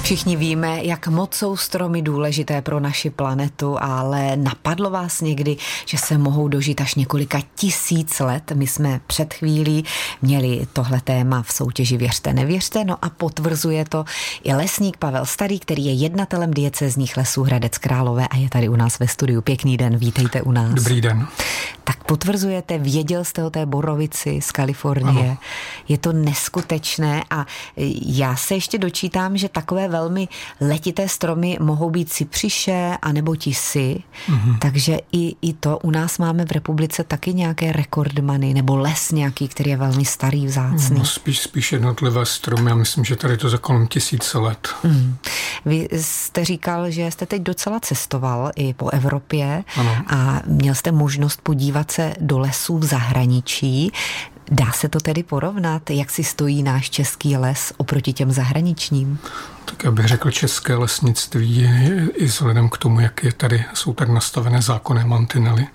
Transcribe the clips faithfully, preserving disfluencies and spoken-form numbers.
Všichni víme, jak moc jsou stromy důležité pro naši planetu, ale napadlo vás někdy, že se mohou dožít až několika tisíc let? My jsme před chvílí měli tohle téma v soutěži Věřte, nevěřte, no a potvrzuje to i lesník Pavel Starý, který je jednatelem diecézních lesů Hradec Králové a je tady u nás ve studiu. Pěkný den, vítejte u nás. Dobrý den. Tak potvrzujete, věděl jste o té borovici z Kalifornie. Ano. Je to neskutečné a já se ještě dočítám, že takové velmi letité stromy mohou být cypřiše anebo tisy, mm-hmm. takže i, i to u nás máme v republice taky nějaké rekordmany nebo les nějaký, který je velmi starý, vzácný. No, spíš, spíš jednotlivé stromy, já myslím, že tady to za kolem tisíce let. Mm. Vy jste říkal, že jste teď docela cestoval i po Evropě ano. a měl jste možnost podívat se do lesů v zahraničí. Dá se to tedy porovnat, jak si stojí náš český les oproti těm zahraničním? Tak já bych řekl, české lesnictví i vzhledem k tomu, jak je tady, jsou tak nastavené zákonné mantinely,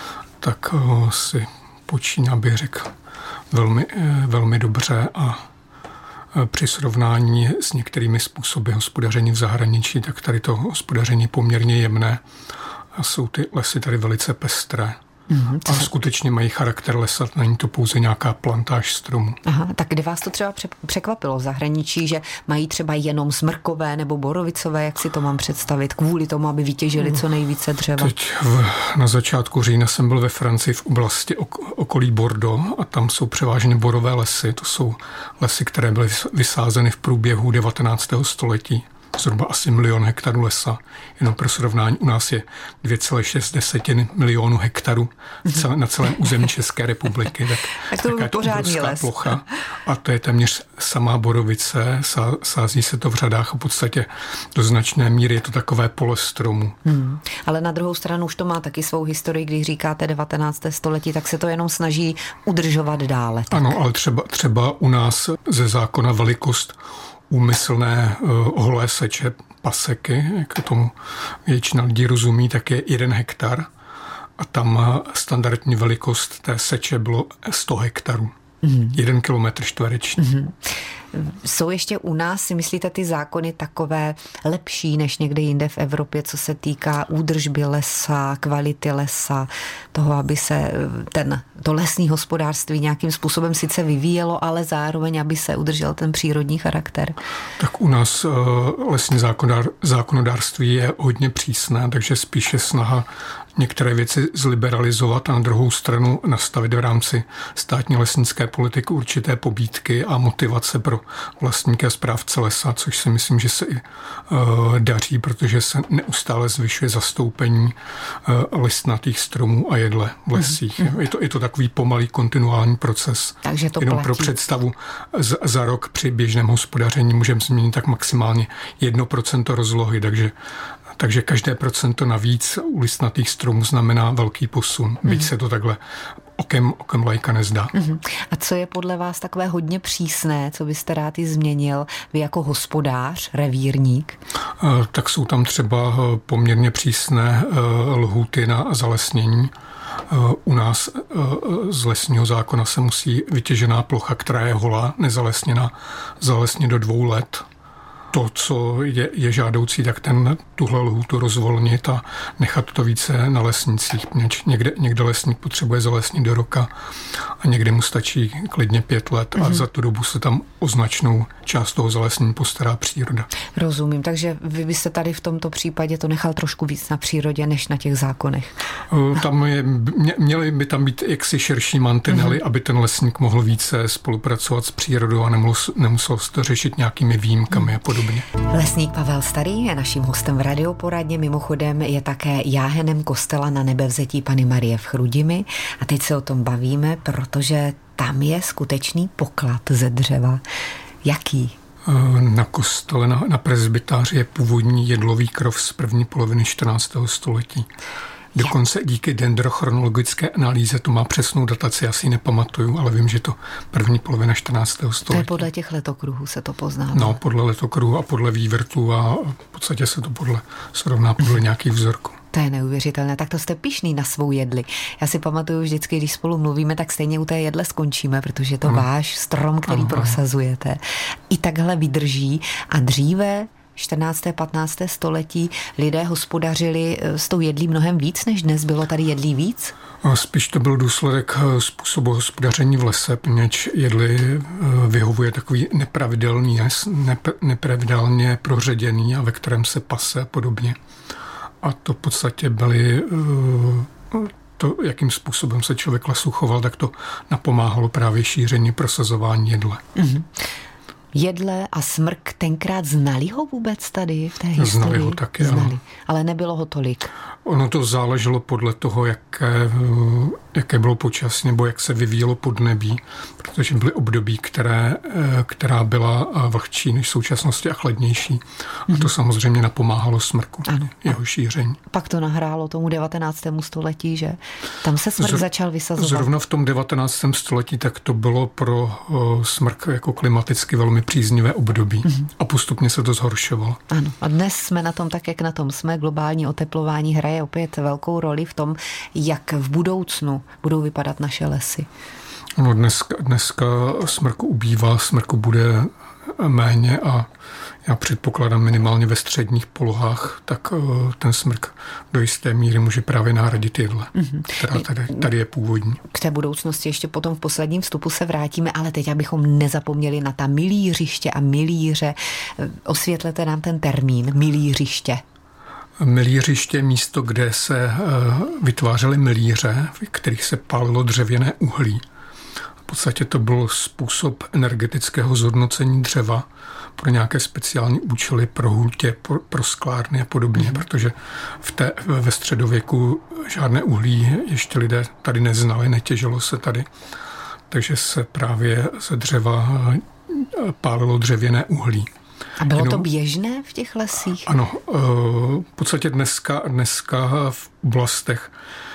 tak o, si počíná, bych řekl, velmi, velmi dobře a při srovnání s některými způsoby hospodaření v zahraničí, tak tady to hospodaření je poměrně jemné a jsou ty lesy tady velice pestré. Mm, a skutečně mají charakter lesa, není to pouze nějaká plantáž stromů. Aha, tak kde vás to třeba překvapilo v zahraničí, že mají třeba jenom smrkové nebo borovicové, jak si to mám představit, kvůli tomu, aby vytěžili co nejvíce dřeva? Teď v, na začátku října jsem byl ve Francii v oblasti ok, okolí Bordeaux a tam jsou převážně borové lesy. To jsou lesy, které byly vysázeny v průběhu devatenáctého století. Zhruba asi milion hektarů lesa. Jenom pro srovnání u nás je dvě celá šest milionu hektarů celé, na celém území České republiky. Tak, tak to je to obrovská les. Plocha. A to je téměř samá borovice. Sá, sází se to v řadách a v podstatě do značné míry je to takové pole stromů. Hmm. Ale na druhou stranu už to má taky svou historii, když říkáte devatenácté století, tak se to jenom snaží udržovat dále. Tak. Ano, ale třeba, třeba u nás ze zákona velikost úmyslné uh, holé seče, paseky, jak tomu většina lidí rozumí, tak je jeden hektar a tam standardní velikost té seče bylo sto hektarů. Mm. Jeden kilometr čtvereční. Mm. Jsou ještě u nás, si myslíte, ty zákony takové lepší než někde jinde v Evropě, co se týká údržby lesa, kvality lesa, toho, aby se ten, to lesní hospodářství nějakým způsobem sice vyvíjelo, ale zároveň, aby se udržel ten přírodní charakter? Tak u nás lesní zákonodár, zákonodárství je hodně přísné, takže spíše snaha některé věci zliberalizovat a na druhou stranu nastavit v rámci státní lesnické politiky určité pobídky a motivace pro vlastníky a správce lesa, což si myslím, že se i uh, daří, protože se neustále zvyšuje zastoupení uh, listnatých stromů a jedle v lesích. Mm-hmm. Je to, je to takový pomalý kontinuální proces. Takže to Jenom platí. Pro představu, z, za rok při běžném hospodaření můžeme změnit tak maximálně jedno procento rozlohy, takže Takže každé procento navíc u listnatých stromů znamená velký posun, byť mm. se to takhle okem, okem lajka nezdá. Mm. A co je podle vás takové hodně přísné, co byste rád i změnil vy jako hospodář, revírník? E, tak jsou tam třeba poměrně přísné e, lhůty na zalesnění. U nás z lesního zákona se musí vytěžená plocha, která je holá, nezalesněná, zalesnit do dvou let. To, co je, je žádoucí, tak ten tuhle lhůtu rozvolnit a nechat to více na lesnicích. Někde, někde lesník potřebuje zalesnit do roka a někde mu stačí klidně pět let a mm-hmm. za tu dobu se tam o značnou část toho zalesnění postará příroda. Rozumím, takže vy byste tady v tomto případě to nechal trošku víc na přírodě, než na těch zákonech. Tam je, měly by tam být jaksi širší mantinely, mm-hmm. aby ten lesník mohl více spolupracovat s přírodou a nemusel, nemusel to řešit nějakými výjimkami mm. a podobně. Lesník Pavel Starý je naším hostem v radioporadně, mimochodem je také jáhenem kostela Na Nebevzetí Panny Marie v Chrudimi a teď se o tom bavíme, protože tam je skutečný poklad ze dřeva. Jaký? Na kostele, na, na presbytáři je původní jedlový krov z první poloviny čtrnáctého století. Dokonce díky dendrochronologické analýze to má přesnou dataci, já si ji nepamatuju, ale vím, že to první polovina čtrnáctého století. To je podle těch letokruhů se to pozná. No, podle letokruhů a podle vývrtů a v podstatě se to podle srovná podle nějakých vzorků. To je neuvěřitelné, tak to jste pyšný na svou jedli. Já si pamatuju vždycky, když spolu mluvíme, tak stejně u té jedle skončíme, protože je to ano. váš strom, který ano, prosazujete. I takhle vydrží a dříve čtrnácté patnácté století lidé hospodařili s tou jedlí mnohem víc, než dnes? Bylo tady jedlí víc? Spíš to byl důsledek způsobu hospodaření v lese, poněvadž jedli vyhovuje takový nepravidelný, nepravidelně proředěný a ve kterém se pase a podobně. A to v podstatě byly to, jakým způsobem se člověk lesu choval, tak to napomáhalo právě šíření, prosazování jedle. Mm-hmm. Jedle a smrk tenkrát znali ho vůbec tady v té historii? Znali ho taky, znali. Ale nebylo ho tolik. Ono to záleželo podle toho, jaké, jaké bylo počasí nebo jak se vyvíjelo podnebí, protože byly období, které, která byla vlhčí než v současnosti a chladnější. A to samozřejmě napomáhalo smrku, ano. jeho šíření. Pak to nahrálo tomu devatenáctému století, že? Tam se smrk Zr- začal vysazovat. Zrovna v tom devatenáctém století tak to bylo pro smrk jako klimaticky velmi příznivé období. Mm-hmm. A postupně se to zhoršovalo. Ano. A dnes jsme na tom tak, jak na tom jsme. Globální oteplování hraje opět velkou roli v tom, jak v budoucnu budou vypadat naše lesy. No dneska, dneska smrku ubývá, smrku bude méně a já předpokládám minimálně ve středních polohách, tak ten smrk do jisté míry může právě nahradit jedle, mm-hmm. která tady, tady je původní. K té budoucnosti ještě potom v posledním vstupu se vrátíme, ale teď abychom nezapomněli na ta milířiště a milíře. Osvětlete nám ten termín milířiště. Milířiště je místo, kde se vytvářely milíře, v kterých se pálilo dřevěné uhlí. V podstatě to byl způsob energetického zhodnocení dřeva pro nějaké speciální účely, pro hutě, pro, pro sklárny a podobně, mm. protože v té, ve středověku žádné uhlí ještě lidé tady neznali, netěžilo se tady, takže se právě ze dřeva pálilo dřevěné uhlí. A bylo Jenom, to běžné v těch lesích? Ano, v podstatě dneska, dneska v oblastech,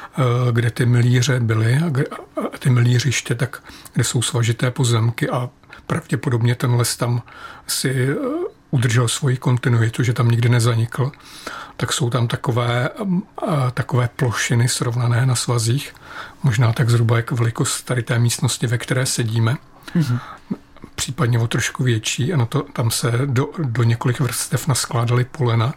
kde ty milíře byly, a ty milířiště, tak kde jsou svažité pozemky a pravděpodobně ten les tam si udržel svoji kontinuitu, že tam nikdy nezanikl, tak jsou tam takové, takové plošiny srovnané na svazích, možná tak zhruba jak velikost tady té místnosti, ve které sedíme. Mm-hmm. Případně o trošku větší a na to, tam se do, do několik vrstev naskládaly polena,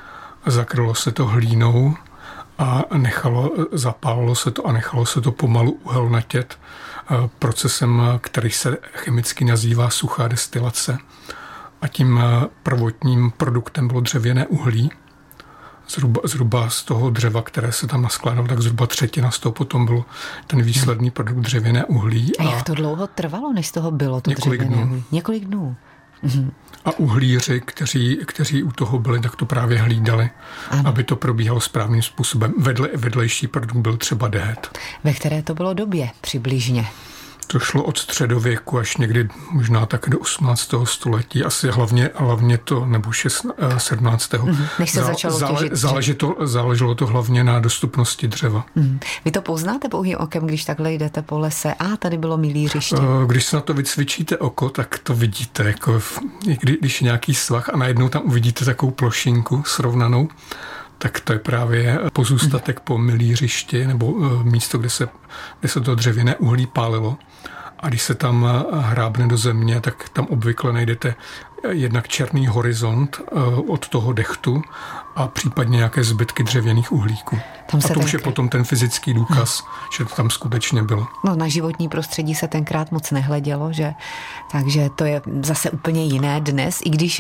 zakrylo se to hlínou a nechalo, zapálilo se to a nechalo se to pomalu uhelnatět procesem, který se chemicky nazývá suchá destilace. A tím prvotním produktem bylo dřevěné uhlí. Zhruba, zhruba z toho dřeva, které se tam naskládalo, tak zhruba třetina z toho potom byl ten výsledný produkt dřevěné uhlí. A, a jak to dlouho trvalo, než z toho bylo to několik dřevěné dnů. uhlí? Několik dnů. Mhm. A uhlíři, kteří, kteří u toho byli, tak to právě hlídali, ano. aby to probíhalo správným způsobem. Vedle, vedlejší produkt byl třeba dehet. Ve které to bylo době přibližně? To šlo od středověku až někdy možná tak do osmnáctého století, asi hlavně, hlavně to, nebo sedmnáctého Mm, než se začalo Zále, těžit. Záleží to, záleželo to hlavně na dostupnosti dřeva. Mm. Vy to poznáte pouhým okem, když takhle jdete po lese? A tady bylo milířiště. Když se na to vycvičíte oko, tak to vidíte. Jako v, kdy, když je nějaký svah a najednou tam uvidíte takovou plošinku srovnanou, tak to je právě pozůstatek po milířišti nebo místo, kde se, kde se to dřevěné uhlí pálilo. A když se tam hrábne do země, tak tam obvykle najdete jednak černý horizont od toho dechtu a případně nějaké zbytky dřevěných uhlíků. Tam a to už je potom ten fyzický důkaz, hmm. že to tam skutečně bylo. No, na životní prostředí se tenkrát moc nehledělo, že? Takže to je zase úplně jiné dnes, i když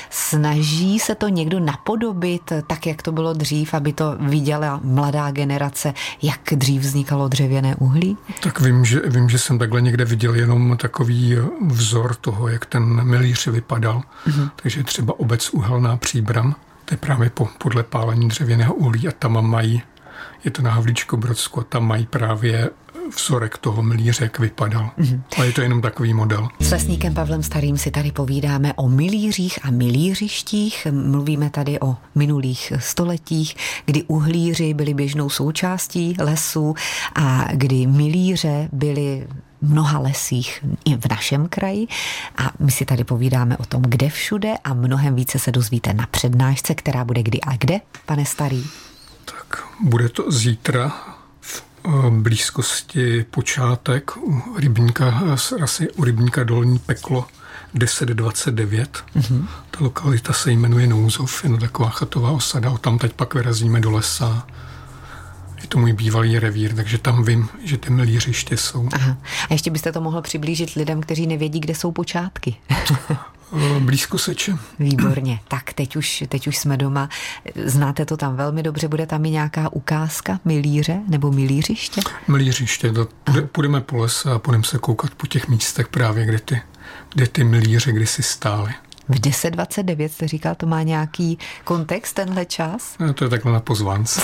snaží se to někdo napodobit tak, jak to bylo dřív, aby to viděla mladá generace, jak dřív vznikalo dřevěné uhlí? Tak vím, že, vím, že jsem takhle někde viděl jenom takový vzor toho, jak ten milíř vypadal. Mm-hmm. Takže třeba obec Uhelná Příbram, to je právě po, podle pálení dřevěného uhlí a tam mají, je to na Havlíčkobrodsku, a tam mají právě vzorek toho milíře, jak vypadal. Mm-hmm. Ale je to jenom takový model. S lesníkem Pavlem Starým si tady povídáme o milířích a milířištích. Mluvíme tady o minulých stoletích, kdy uhlíři byli běžnou součástí lesů a kdy milíře byli mnoha lesích i v našem kraji a my si tady povídáme o tom, kde všude a mnohem více se dozvíte na přednášce, která bude kdy a kde, pane Starý? Tak bude to zítra v blízkosti Počátek u rybníka, asi u rybníka Dolní Peklo deset dvacet devět. Mm-hmm. Ta lokalita se jmenuje Nouzov, je taková chatová osada, tam teď pak vyrazíme do lesa. Je to můj bývalý revír, takže tam vím, že ty milířiště jsou. Aha. A ještě byste to mohl přiblížit lidem, kteří nevědí, kde jsou počátky. Blízko Seče. Výborně. Tak teď už, teď už jsme doma. Znáte to tam velmi dobře. Bude tam i nějaká ukázka milíře nebo milířiště? Milířiště. To, půjdeme po lese a půjdeme se koukat po těch místech právě, kde ty, kde ty milíře kdysi stály. V deset dvacet devět jste říkal, to má nějaký kontext tenhle čas? No, to je takhle na pozvánce.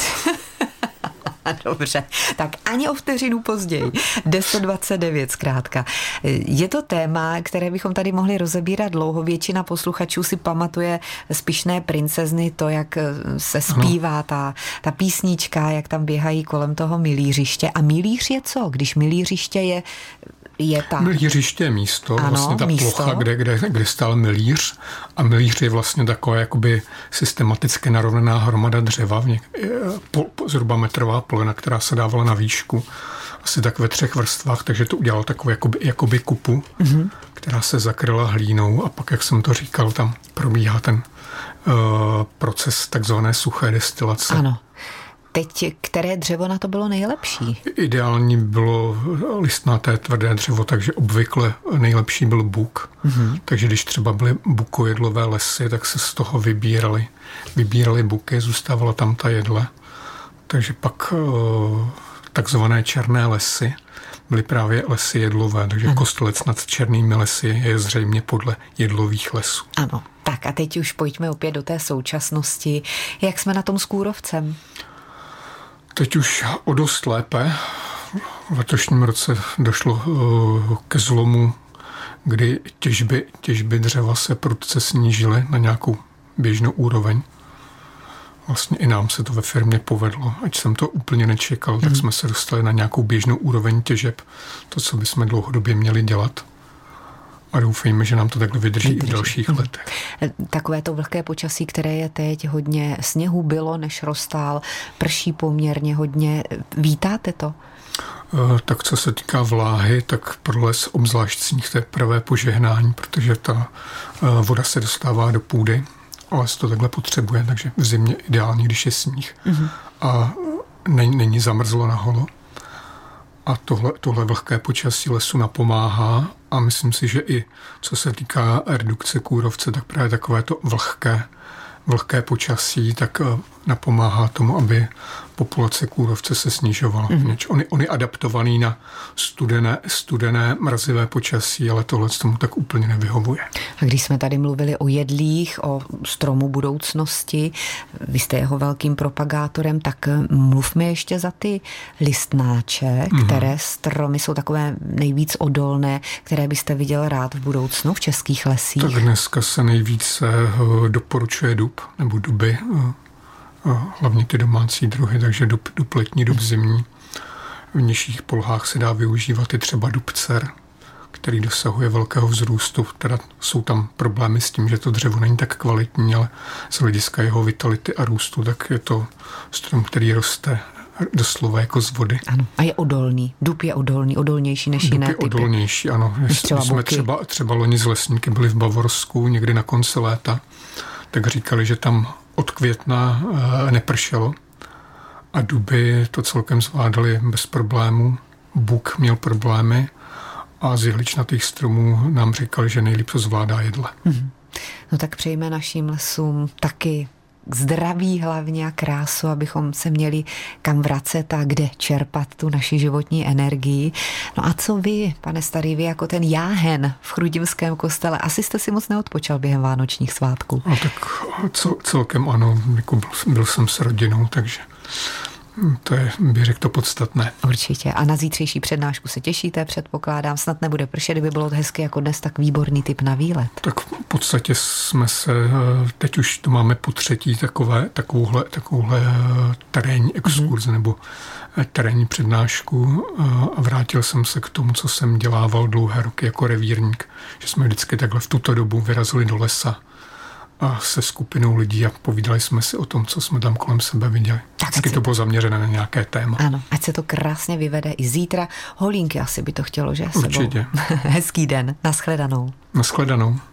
Dobře, tak ani o vteřinu později. deset dvacet devět zkrátka. Je to téma, které bychom tady mohli rozebírat dlouho. Většina posluchačů si pamatuje z Pyšné princezny to, jak se zpívá ta, ta písnička, jak tam běhají kolem toho milířiště. A milíř je co? Když milířiště je je ta... Milířiště je místo, ano, vlastně ta místo. plocha, kde, kde, kde stál milíř, a milíř je vlastně taková jakoby systematicky narovnaná hromada dřeva, v něk, po, po, zhruba metrová polena, která se dávala na výšku, asi tak ve třech vrstvách, takže to udělalo takovou jakoby, jakoby kupu, mm-hmm. která se zakryla hlínou, a pak, jak jsem to říkal, tam probíhá ten uh, proces takzvané suché destilace. Ano. Teď, které dřevo na to bylo nejlepší? Ideální bylo listnaté tvrdé dřevo, takže obvykle nejlepší byl buk. Mm-hmm. Takže když třeba byly bukojedlové lesy, tak se z toho vybírali, vybírali buky, zůstávala tam ta jedle. Takže pak takzvané černé lesy byly právě lesy jedlové, takže ano. Kostelec nad černými lesy je zřejmě podle jedlových lesů. Ano, tak a teď už pojďme opět do té současnosti. Jak jsme na tom s kůrovcem? Teď už o dost lépe. V letošním roce došlo uh, ke zlomu, kdy těžby, těžby dřeva se prudce snížily na nějakou běžnou úroveň. Vlastně i nám se to ve firmě povedlo. Ať jsem to úplně nečekal, tak jsme se dostali na nějakou běžnou úroveň těžeb. To, co bychom dlouhodobě měli dělat. A doufejme, že nám to takhle vydrží, vydrží. i v dalších hmm. letech. Takové to vlhké počasí, které je teď, hodně sněhu bylo, než roztál, prší poměrně hodně. Vítáte to? Tak co se týká vláhy, tak pro les obzvlášť sníh, to je pravé požehnání, protože ta voda se dostává do půdy, a les to takhle potřebuje, takže v zimě ideální, když je sníh. Hmm. A není, není zamrzlo na holo. A tohle, tohle vlhké počasí lesu napomáhá, a myslím si, že i co se týká redukce kůrovce, tak právě takové to vlhké, vlhké počasí tak napomáhá tomu, aby populace kůrovce se snižovala. Mm. On, on je adaptovaný na studené, studené mrazivé počasí, ale tohle tomu tak úplně nevyhovuje. A když jsme tady mluvili o jedlích, o stromu budoucnosti, vy jste jeho velkým propagátorem, tak mluvme ještě za ty listnáče, mm. které stromy jsou takové nejvíc odolné, které byste viděl rád v budoucnu v českých lesích. Tak dneska se nejvíce doporučuje dub nebo duby, hlavně ty domácí druhy, takže dub, dub letní, dub zimní. V nižších polohách se dá využívat i třeba dub cer, který dosahuje velkého vzrůstu. Teda jsou tam problémy s tím, že to dřevo není tak kvalitní, ale z hlediska jeho vitality a růstu, tak je to strom, který roste doslova jako z vody. Ano, a je odolný. Dub je odolný, odolnější než Dub jiné je typy. odolnější, ano. Třeba My jsme třeba, třeba loni z lesníky byli v Bavorsku někdy na konci léta, tak říkali, že tam od května nepršelo a duby to celkem zvládaly bez problémů. Buk měl problémy a z jehličnatých stromů nám říkali, že nejlíp to zvládá jedle. Hmm. No tak přejme našim lesům taky zdraví hlavně a krásu, abychom se měli kam vracet a kde čerpat tu naši životní energii. No a co vy, pane starý, vy jako ten jáhen v Chrudimském kostele? Asi jste si moc neodpočal během vánočních svátků. No tak cel, celkem ano, jako byl, byl jsem s rodinou, takže to je, bych řekl, to podstatné. Určitě. A na zítřejší přednášku se těšíte, předpokládám. Snad nebude pršet, kdyby bylo hezky jako dnes, tak výborný tip na výlet. Tak v podstatě jsme se, teď už to máme po třetí takové, takovouhle, takovouhle terénní exkurzi mm-hmm. nebo terénní přednášku a vrátil jsem se k tomu, co jsem dělával dlouhé roky jako revírník, že jsme vždycky takhle v tuto dobu vyrazili do lesa a se skupinou lidí a povídali jsme si o tom, co jsme tam kolem sebe viděli. Tak Vždycky to bylo zaměřené na nějaké téma. Ano, ať se to krásně vyvede i zítra. Holínky asi by to chtělo, že? Určitě. Hezký den, nashledanou. Nashledanou.